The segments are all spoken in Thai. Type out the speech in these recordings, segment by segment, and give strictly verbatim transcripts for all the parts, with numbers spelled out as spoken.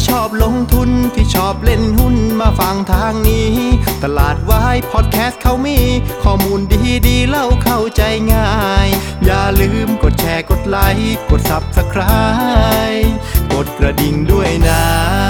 ที่ชอบลงทุนที่ชอบเล่นหุ้นมาฟังทางนี้ตลาดวายพอดแคสต์เขามีข้อมูลดีๆเล่าเข้าใจง่ายอย่าลืมกดแชร์กดไลค์กด ซับสไครบ์ กดกระดิ่งด้วยนะ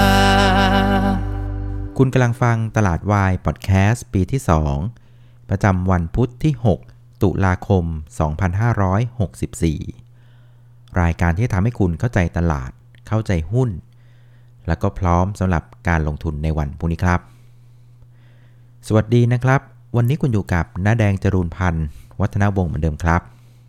คุณกำลังฟังตลาดวายพอดแคสต์ปีที่สองประจำวันพุธที่หกตุลาคมสองพันห้าร้อยหกสิบสี่รายการที่ทำให้คุณเข้าใจตลาดเข้าใจหุ้นแล้วก็พร้อมสำหรับการลงทุนในวันพรุ่งนี้ครับสวัสดีนะครับวันนี้คุณอยู่กับน้าแดงจรูนพันธ์วัฒนวงศ์เหมือนเดิมครับ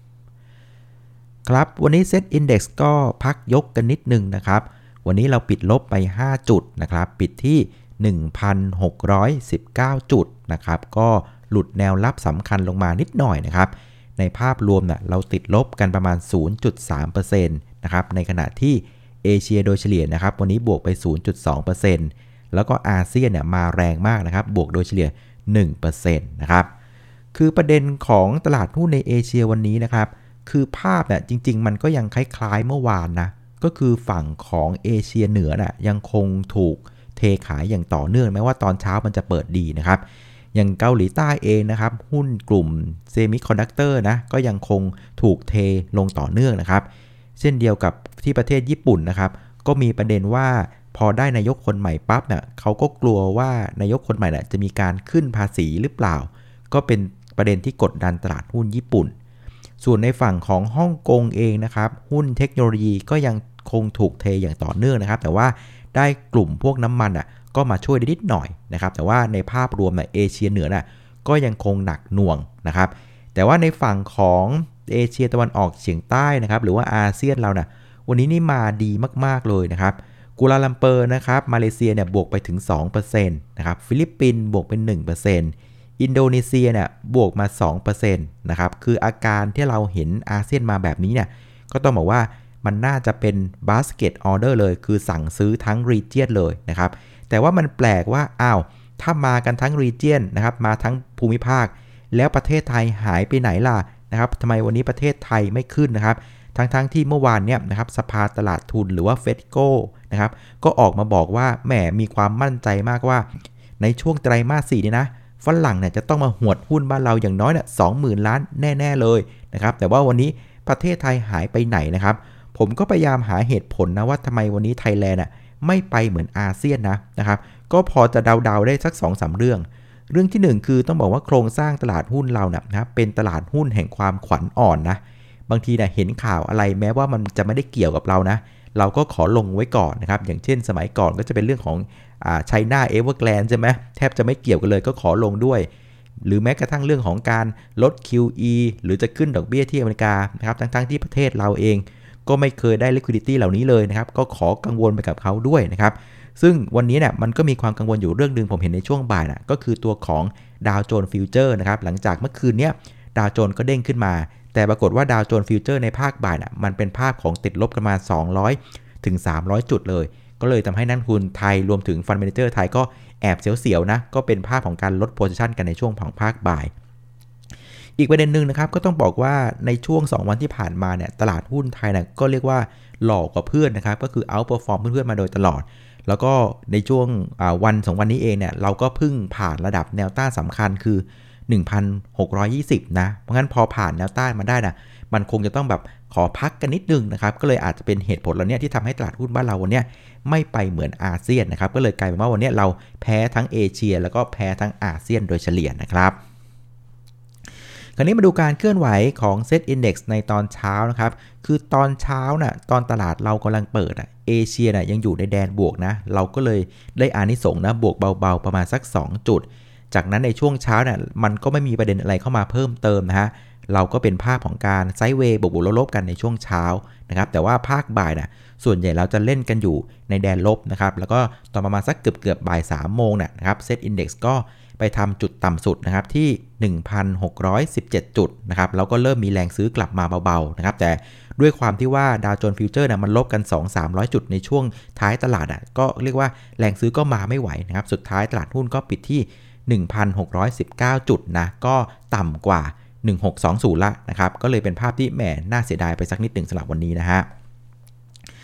ครับวันนี้เซ็ตอินดี เอ็กซ์ ก็พักยกกันนิดนึงนะครับวันนี้เราปิดลบไปห้าจุดนะครับปิดที่ หนึ่งพันหกร้อยสิบเก้า จุดนะครับก็หลุดแนวรับสำคัญลงมานิดหน่อยนะครับในภาพรวมนะเราติดลบกันประมาณ ศูนย์จุดสามเปอร์เซ็นต์ นะครับในขณะที่เอเชียโดยเฉลี่ยนะครับวันนี้บวกไป ศูนย์จุดสองเปอร์เซ็นต์ แล้วก็อาเซียนเนี่ยมาแรงมากนะครับบวกโดยเฉลี่ย หนึ่งเปอร์เซ็นต์ นะครับคือประเด็นของตลาดหุ้นในเอเชียวันนี้นะครับคือภาพเนี่ยจริงๆมันก็ยังคล้ายๆเมื่อวานนะก็คือฝั่งของเอเชียเหนือน่ะยังคงถูกเทขายอย่างต่อเนื่องแม้ว่าตอนเช้ามันจะเปิดดีนะครับอย่างเกาหลีใต้เองนะครับหุ้นกลุ่มเซมิคอนดักเตอร์นะก็ยังคงถูกเทลงต่อเนื่องนะครับเช่นเดียวกับที่ประเทศญี่ปุ่นนะครับก็มีประเด็นว่าพอได้นายกคนใหม่ปั๊บเนี่ยเขาก็กลัวว่านายกคนใหม่เนี่ยจะมีการขึ้นภาษีหรือเปล่าก็เป็นประเด็นที่กดดันตลาดหุ้นญี่ปุ่นส่วนในฝั่งของฮ่องกงเองนะครับหุ้นเทคโนโลยีก็ยังคงถูกเทอย่างต่อเนื่องนะครับแต่ว่าได้กลุ่มพวกน้ำมันอ่ะก็มาช่วยได้นิดหน่อยนะครับแต่ว่าในภาพรวมเนี่ยเอเชียเหนือน่ะก็ยังคงหนักหน่วงนะครับแต่ว่าในฝั่งของเอเชียตะวันออกเฉียงใต้นะครับหรือว่าอาเซียนเราน่ะวันนี้นี่มาดีมากๆเลยนะครับกัวลาลัมเปอร์นะครับมาเลเซียเนี่ยบวกไปถึง สองเปอร์เซ็นต์ นะครับฟิลิปปินส์บวกเป็น หนึ่งเปอร์เซ็นต์ อินโดนีเซียเนี่ยบวกมา สองเปอร์เซ็นต์ นะครับคืออาการที่เราเห็นอาเซียนมาแบบนี้เนี่ยก็ต้องบอกว่ามันน่าจะเป็น basket order เลยคือสั่งซื้อทั้ง region เลยนะครับแต่ว่ามันแปลกว่าอ้าวถ้ามากันทั้ง region นะครับมาทั้งภูมิภาคแล้วประเทศไทยหายไปไหนล่ะนะครับทำไมวันนี้ประเทศไทยไม่ขึ้นนะครับทั้งๆ ท, ที่เมื่อวานเนี่ยนะครับสภาตลาดทุนหรือว่า เฟด โก้ นะครับก็ออกมาบอกว่าแหมมีความมั่นใจมากว่าในช่วงไตรมาสสี่นี่นะฝรั่งเนี่ยจะต้องมาหวดหุ้นบ้านเราอย่างน้อยเนี่ย สองหมื่น ล้านแน่ๆเลยนะครับแต่ว่าวันนี้ประเทศไทยหายไปไหนนะครับผมก็พยายามหาเหตุผลนะว่าทำไมวันนี้ไทยแลนด์อ่ะไม่ไปเหมือนอาเซียนนะนะครับก็พอจะเดาๆได้สัก สองสาม เรื่องเรื่องที่หนึ่งคือต้องบอกว่าโครงสร้างตลาดหุ้นเราเนี่ยนะเป็นตลาดหุ้นแห่งความขวัญอ่อนนะบางทีเนี่ยเห็นข่าวอะไรแม้ว่ามันจะไม่ได้เกี่ยวกับเรานะเราก็ขอลงไว้ก่อนนะครับอย่างเช่นสมัยก่อนก็จะเป็นเรื่องของอ่า China Evergrande ใช่ไหมแทบจะไม่เกี่ยวกันเลยก็ขอลงด้วยหรือแม้กระทั่งเรื่องของการลด คิว อี หรือจะขึ้นดอกเบี้ยที่อเมริกานะครับทั้งๆที่ประเทศเราเองก็ไม่เคยได้ liquidity เหล่านี้เลยนะครับก็ขอกังวลไปกับเขาด้วยนะครับซึ่งวันนี้เนี่ยมันก็มีความกังวลอยู่เรื่องนึงผมเห็นในช่วงบ่ายนะก็คือตัวของดาวโจนส์ฟิวเจอร์นะครับหลังจากเมื่อคืนนี้ดาวโจนส์ก็เด้งขึ้นมาแต่ปรากฏว่าดาวโจนส์ฟิวเจอร์ในภาคบ่ายนะมันเป็นภาพของติดลบประมาณสองร้อยถึงสามร้อยจุดเลยก็เลยทำให้นักลงทุนไทยรวมถึงฟันด์แมเนเจอร์ไทยก็แอบเสียวๆนะก็เป็นภาพของการลดโพซิชันกันในช่วงของภาคบ่ายอีกประเด็นหนึ่งนะครับก็ต้องบอกว่าในช่วงสองวันที่ผ่านมาเนี่ยตลาดหุ้นไทยนะก็เรียกว่าหลอกกว่าเพื่อนนะครับก็คือ outperform เพื่อนๆมาโดยตลอดแล้วก็ในช่วงวันสองวันนี้เองเนี่ยเราก็เพิ่งผ่านระดับแนวต้านสำคัญคือ หนึ่งพันหกร้อยยี่สิบ นะเพราะงั้นพอผ่านแนวต้านมาได้นะมันคงจะต้องแบบขอพักกันนิดนึงนะครับก็เลยอาจจะเป็นเหตุผลแล้วเนี่ยที่ทำให้ตลาดหุ้นบ้านเราวันนี้ไม่ไปเหมือนอาเซียนนะครับก็เลยกลายเป็นว่าวันนี้เราแพ้ทั้งเอเชียแล้วก็แพ้ทั้งอาเซียนโดยเฉลี่ยนะครับคราวนี้มาดูการเคลื่อนไหวของ Set Index ในตอนเช้านะครับคือตอนเช้าน่ะตอนตลาดเรากำลังเปิดอ่ะเอเชียน่ะยังอยู่ในแดนบวกนะเราก็เลยได้อานิสงส์นะบวกเบาๆประมาณสักสองจุดจากนั้นในช่วงเช้าน่ะมันก็ไม่มีประเด็นอะไรเข้ามาเพิ่มเติมนะฮะเราก็เป็นภาพของการไซด์เวย์บวกๆลบๆกันในช่วงเช้านะครับแต่ว่าภาคบ่ายน่ะส่วนใหญ่เราจะเล่นกันอยู่ในแดนลบนะครับแล้วก็ตอนประมาณสักเกือบๆบ่ายสามโมงน่ะนะครับ Set Index ก็ไปทำจุดต่ำสุดนะครับที่ หนึ่งพันหกร้อยสิบเจ็ด จุดนะครับแล้วก็เริ่มมีแรงซื้อกลับมาเบาๆนะครับแต่ด้วยความที่ว่าดาวโจนส์ฟิวเจอร์นะมันลบกัน สองถึงสามร้อย จุดในช่วงท้ายตลาดอ่ะก็เรียกว่าแรงซื้อก็มาไม่ไหวนะครับสุดท้ายตลาดหุ้นก็ปิดที่ หนึ่งพันหกร้อยสิบเก้า จุดนะก็ต่ำกว่าหนึ่งพันหกร้อยยี่สิบละนะครับก็เลยเป็นภาพที่แหมน่าเสียดายไปสักนิดหนึ่งสำหรับวันนี้นะฮะ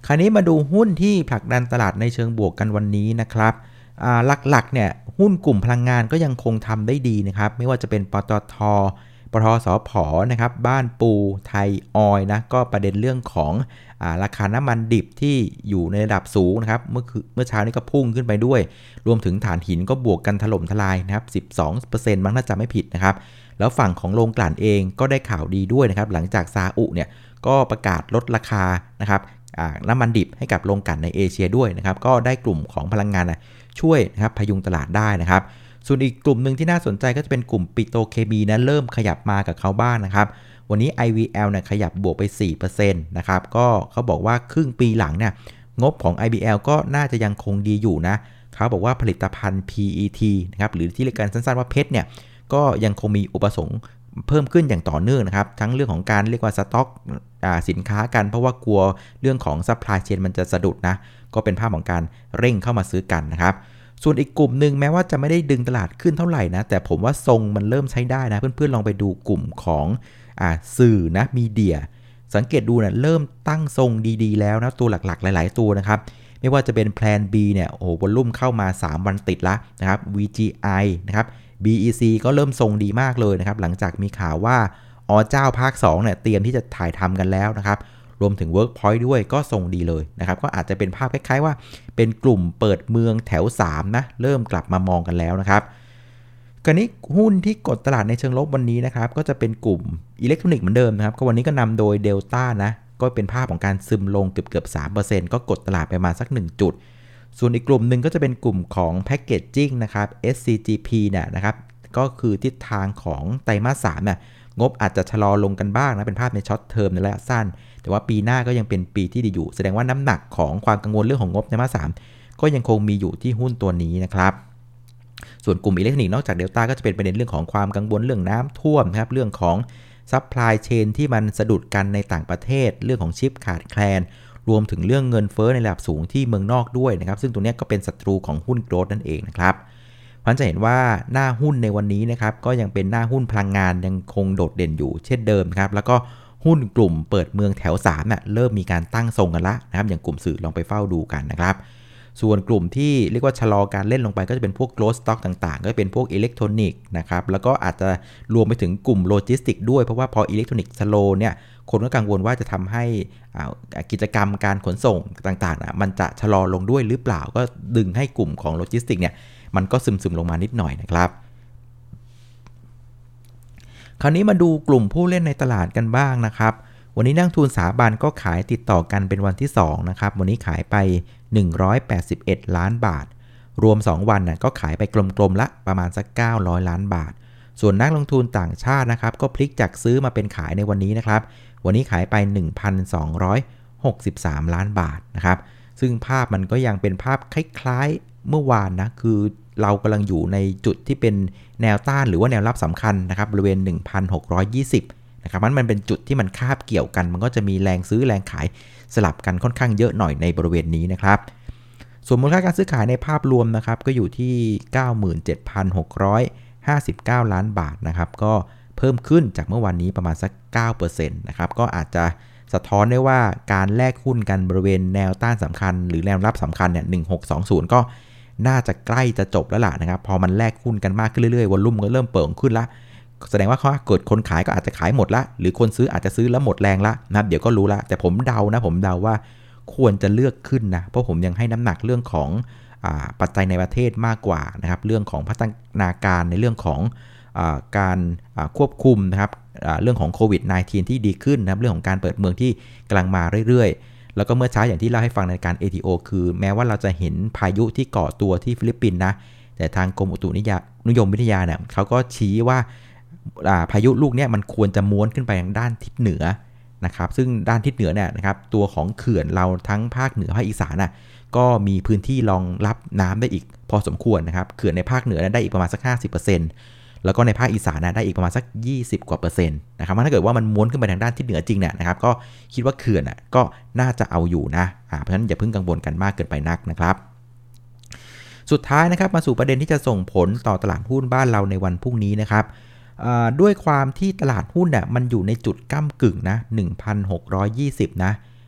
คราวนี้มาดูหุ้นที่ผลักดันตลาดในเชิงบวกกันวันนี้นะครับหลักๆเนี่ยหุ้นกลุ่มพลังงานก็ยังคงทำได้ดีนะครับไม่ว่าจะเป็นปตท.ปตท.สผ.นะครับบ้านปูไทยออยล์นะก็ประเด็นเรื่องของอ่าราคาน้ำมันดิบที่อยู่ในระดับสูงนะครับเมื่อเมื่อเช้านี้ก็พุ่งขึ้นไปด้วยรวมถึงถ่านหินก็บวกกันถล่มทลายนะครับ สิบสองเปอร์เซ็นต์ มั้งน่าจะไม่ผิดนะครับแล้วฝั่งของโรงกลั่นเองก็ได้ข่าวดีด้วยนะครับหลังจากซาอุเนี่ยก็ประกาศลดราคานะครับน้ำมันดิบให้กับโรงกลั่นในเอเชียด้วยนะครับก็ได้กลุ่มของพลังงานนะช่วยนะครับพยุงตลาดได้นะครับส่วนอีกกลุ่มหนึ่งที่น่าสนใจก็จะเป็นกลุ่มปิโตรเคมีนะเริ่มขยับมากับเขาบ้าง นะครับวันนี้ ไอ วี แอล เนี่ยขยับบวกไป สี่เปอร์เซ็นต์ นะครับก็เขาบอกว่าครึ่งปีหลังเนี่ยงบของ ไอ วี แอล ก็น่าจะยังคงดีอยู่นะเขาบอกว่าผลิตภัณฑ์ พี อี ที นะครับหรือที่เรียกกันสั้นๆว่าเพชรเนี่ยก็ยังคงมีอุปสงค์เพิ่มขึ้นอย่างต่อเนื่องนะครับทั้งเรื่องของการเรียกว่าสต็อกสินค้ากันเพราะว่ากลัวเรื่องของซัพพลายเชนมันจะสะดุดนะก็เป็นภาพของการเร่งเข้ามาซื้อกันนะครับส่วนอีกกลุ่มหนึ่งแม้ว่าจะไม่ได้ดึงตลาดขึ้นเท่าไหร่นะแต่ผมว่าทรงมันเริ่มใช้ได้นะเพื่อนๆลองไปดูกลุ่มของอ่าสื่อนะมีเดียสังเกตดูนะเริ่มตั้งทรงดีๆแล้วนะตัวหลักๆหลายๆตัวนะครับไม่ว่าจะเป็นแพลน B เนี่ยโอ้โหวอลลุ่มเข้ามาสามวันติดละนะครับ วี จี ไอ นะครับ บี อี ซี ก็เริ่มทรงดีมากเลยนะครับหลังจากมีข่าวว่าอ๋อเจ้าภาคสองเนี่ยเตรียมที่จะถ่ายทำกันแล้วนะครับรวมถึง Workpoint ด้วยก็ทรงดีเลยนะครับก็อาจจะเป็นภาพคล้ายๆว่าเป็นกลุ่มเปิดเมืองแถวสามนะเริ่มกลับมามองกันแล้วนะครับกรณีหุ้นที่กดตลาดในเชิงลบวันนี้นะครับก็จะเป็นกลุ่มอิเล็กทรอนิกส์เหมือนเดิมนะครับก็วันนี้ก็นำโดย Delta นะก็เป็นภาพของการซึมลงเกือบๆ สามเปอร์เซ็นต์ ก็กดตลาดไปมาสักหนึ่งจุดส่วนอีกกลุ่มหนึ่งก็จะเป็นกลุ่มของ Packaging นะครับ เอส ซี จี พี เนี่ยนะครับก็คือทิศทางของไตรมาสสามเนี่ยงบอาจจะชะลอลงกันบ้างนะเป็นภาพในช็อตเทอมในระยะสั้นแต่ว่าปีหน้าก็ยังเป็นปีที่ดีอยู่แสดงว่าน้ำหนักของความกังวลเรื่องของงบไตรมาสสามก็ยังคงมีอยู่ที่หุ้นตัวนี้นะครับส่วนกลุ่มอิเล็กทรอนิกส์นอกจากเดลต้าก็จะเป็นประเด็นเรื่องของความกังวลเรื่องน้ำท่วมนะครับเรื่องของซัพพลายเชนที่มันสะดุดกันในต่างประเทศเรื่องของชิปขาดแคลนรวมถึงเรื่องเงินเฟ้อในระดับสูงที่เมืองนอกด้วยนะครับซึ่งตัวนี้ก็เป็นศัตรูของหุ้นโกรทนั่นเองนะครับเพราะจะเห็นว่าหน้าหุ้นในวันนี้นะครับก็ยังเป็นหน้าหุ้นพลังงานยังคงโดดเด่นอยู่เช่นเดิมครับแล้วก็หุ้นกลุ่มเปิดเมืองแถวสามน่ะเริ่มมีการตั้งทรงกันละนะครับอย่างกลุ่มสื่อลองไปเฝ้าดูกันนะครับส่วนกลุ่มที่เรียกว่าชะลอการเล่นลงไปก็จะเป็นพวก growth stock ต่างๆก็เป็นพวกอิเล็กทรอนิกส์นะครับแล้วก็อาจจะรวมไปถึงกลุ่มโลจิสติกส์ด้วยเพราะว่าพออิเล็กทรอนิกส์ชะลอเนี่ยคนก็กังวลว่าจะทำให้กิจกรรมการขนส่งต่างๆนะมันจะชะลอลงด้วยหรือเปล่าก็ดึงให้กลุ่มของโลจิสติกส์เนี่ยมันก็ซึมๆลงมานิดหน่อยนะครับคราวนี้มาดูกลุ่มผู้เล่นในตลาดกันบ้างนะครับวันนี้นักทุนสถาบันก็ขายติดต่อกันเป็นวันที่สองนะครับวันนี้ขายไปหนึ่งร้อยแปดสิบเอ็ดล้านบาทรวมสองวันน่ะก็ขายไปกลมๆละประมาณสักเก้าร้อยล้านบาทส่วนนักลงทุนต่างชาตินะครับก็พลิกจากซื้อมาเป็นขายในวันนี้นะครับวันนี้ขายไป หนึ่งพันสองร้อยหกสิบสามล้านบาทนะครับซึ่งภาพมันก็ยังเป็นภาพคล้ายๆเมื่อวานนะคือเรากำลังอยู่ในจุดที่เป็นแนวต้านหรือว่าแนวรับสำคัญนะครับบริเวณ หนึ่งพันหกร้อยยี่สิบ นะครับมันมันเป็นจุดที่มันคาบเกี่ยวกันมันก็จะมีแรงซื้อแรงขายสลับกันค่อนข้างเยอะหน่อยในบริเวณนี้นะครับส่วนมูลค่าการซื้อขายในภาพรวมนะครับก็อยู่ที่ เก้าหมื่นเจ็ดพันหกร้อยห้าสิบเก้าล้านบาทนะครับก็เพิ่มขึ้นจากเมื่อวานนี้ประมาณสัก เก้าเปอร์เซ็นต์ นะครับก็อาจจะสะท้อนได้ว่าการแลกหุ้นกันบริเวณแนวต้านสำคัญหรือแนวรับสำคัญเนี่ยหนึ่งพันหกร้อยยี่สิบก็น่าจะใกล้จะจบแล้วล่ะนะครับพอมันแลกหุ้นกันมากขึ้นเรื่อยๆวอลลุ่มก็เริ่มเปิดขึ้นละแสดงว่าเขาเกิดคนขายก็อาจจะขายหมดละหรือคนซื้ออาจจะซื้อแล้วหมดแรงละนะเดี๋ยวก็รู้ละแต่ผมเดานะผมเดาว่าควรจะเลือกขึ้นนะเพราะผมยังให้น้ำหนักเรื่องของอ่าปัจจัยในประเทศมากกว่านะครับเรื่องของพัฒนาการในเรื่องของอ่าการอ่าควบคุมนะครับอ่าเรื่องของโควิด สิบเก้า ที่ดีขึ้นนะครับเรื่องของการเปิดเมืองที่กำลังมาเรื่อยๆแล้วก็เมื่อเช้าอย่างที่เล่าให้ฟังในการ เอ ที โอ คือแม้ว่าเราจะเห็นพายุที่ก่อตัวที่ฟิลิปปินส์นะแต่ทางกรมอุตุนิยมวิทยาเนี่ยเขาก็ชี้ว่าพายุลูกนี้มันควรจะม้วนขึ้นไปทางด้านทิศเหนือนะครับซึ่งด้านทิศเหนือเนี่ยนะครับตัวของเขื่อนเราทั้งภาคเหนือภาคอีสานน่ะก็มีพื้นที่รองรับน้ำได้อีกพอสมควรนะครับเขื่อนในภาคเหนือได้อีกประมาณสัก ห้าสิบเปอร์เซ็นต์ แล้วก็ในภาคอีสานนะได้อีกประมาณสักยี่สิบกว่าเปอร์เซ็นต์นะครับถ้าเกิดว่ามันม้วนขึ้นไปทางด้านทิศเหนือจริงเนี่ยนะครับก็คิดว่าเขื่อนน่ะก็น่าจะเอาอยู่นะเพราะฉะนั้นอย่าเพิ่งกังวลกันมากเกินไปนักนะครับสุดท้ายนะครับมาสู่ประเด็นที่จะส่งผลต่อตลาดหุ้นบ้านเราในวันพรุ่งนี้นะครับด้วยความที่ตลาดหุ้นเนี่ยมันอยู่ในจุดก้ำกึ่งนะ หนึ่งพันหกร้อยยี่สิบ นะ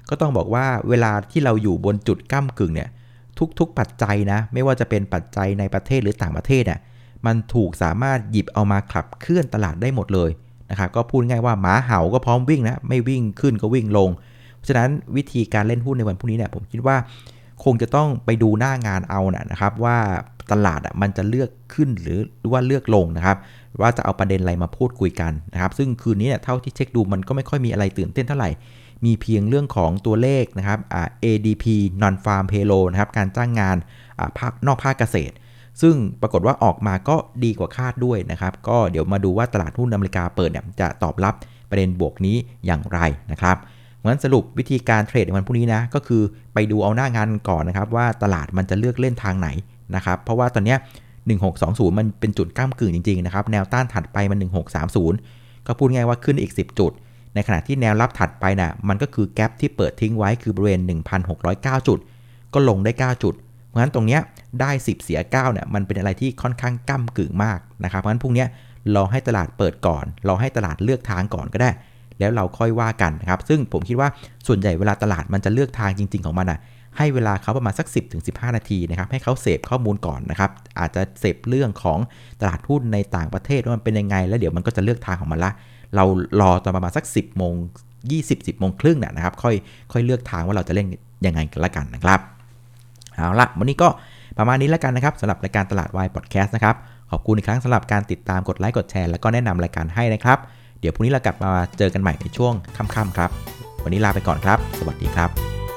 ก็ต้องบอกว่าเวลาที่เราอยู่บนจุดก้ำกึ่งเนี่ยทุกๆปัจจัยนะไม่ว่าจะเป็นปัจจัยในประเทศหรือต่างประเทศน่ะมันถูกสามารถหยิบเอามาขับเคลื่อนตลาดได้หมดเลยนะครับก็พูดง่ายว่าหมาเห่าก็พร้อมวิ่งนะไม่วิ่งขึ้นก็วิ่งลงเพราะฉะนั้นวิธีการเล่นหุ้นในวันพรุ่งนี้เนี่ยผมคิดว่าคงจะต้องไปดูหน้างานเอานะนะครับว่าตลาดอ่ะมันจะเลือกขึ้นหรือว่าเลือกลงนะครับว่าจะเอาประเด็นอะไรมาพูดคุยกันนะครับซึ่งคืนนี้เนี่ยเท่าที่เช็คดูมันก็ไม่ค่อยมีอะไรตื่นเต้นเท่าไหร่มีเพียงเรื่องของตัวเลขนะครับอ่า เอ ดี พี Non Farm Payroll นะครับการจ้างงานอ่าภาคนอกภาคเกษตรซึ่งปรากฏว่าออกมาก็ดีกว่าคาดด้วยนะครับก็เดี๋ยวมาดูว่าตลาดหุ้นอเมริกาเปิดเนี่ยจะตอบรับประเด็นบวกนี้อย่างไรนะครับงั้นสรุปวิธีการเทรดในวันพรุ่งนี้นะก็คือไปดูเอาหน้างานก่อนนะครับว่าตลาดมันจะเลือกเล่นทางไหนนะครับเพราะว่าตอนนี้หนึ่งหกสองศูนย์มันเป็นจุดก้ำกึ่งจริงๆนะครับแนวต้านถัดไปมันหนึ่งหกสามศูนย์ก็พูดง่ายว่าขึ้นอีกสิบจุดในขณะที่แนวรับถัดไปน่ะมันก็คือแกปที่เปิดทิ้งไว้คือบริเวณ หนึ่งพันหกร้อยเก้า จุดก็ลงได้เก้าจุดเพราะฉะนั้นตรงเนี้ยได้สิบเสียเก้าเนี่ยมันเป็นอะไรที่ค่อนข้างก้ำกึ่งมากนะครับเพราะฉะนั้นพรุ่งนี้รอให้ตลาดเปิดก่อนรอให้ตลาดเลือกทางก่อนก็ได้แล้วเราค่อยว่ากันนะครับซึ่งผมคิดว่าส่วนใหญ่เวลาตลาดมันจะเลือกทางจริงๆของมันน่ะให้เวลาเขาประมาณสัก สิบถึงสิบห้า นาทีนะครับให้เขาเสพข้อมูลก่อนนะครับอาจจะเสพเรื่องของตลาดหุ้นในต่างประเทศว่ามันเป็นยังไงแล้วเดี๋ยวมันก็จะเลือกทางของมันละเรารอตอนประมาณสัก สิบโมงยี่สิบ สิบโมงครึ่งน่ะนะครับค่อยค่อยเลือกทางว่าเราจะเล่นยังไงกันละกันนะครับเอาละวันนี้ก็ประมาณนี้แล้วกันนะครับสำหรับรายการตลาดวายพอดแคสต์นะครับขอบคุณอีกครั้งสำหรับการติดตามกดไลค์กดแชร์แล้วก็แนะนำรายการให้นะครับเดี๋ยวพรุ่งนี้เรากลับมาเจอกันใหม่ในช่วงค่ำๆครับวันนี้ลาไปก่อนครับสวัสดีครับ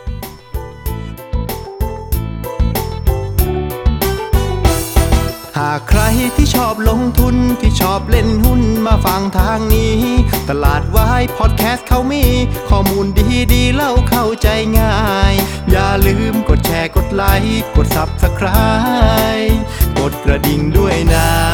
หากใครที่ชอบลงทุนที่ชอบเล่นหุ้นมาฟังทางนี้ตลาดวายพอดแคสต์เขามีข้อมูลดีๆเล่าเข้าใจง่ายอย่าลืมกดแชร์กดไลค์กด ซับสไครบ์ กดกระดิ่งด้วยนะ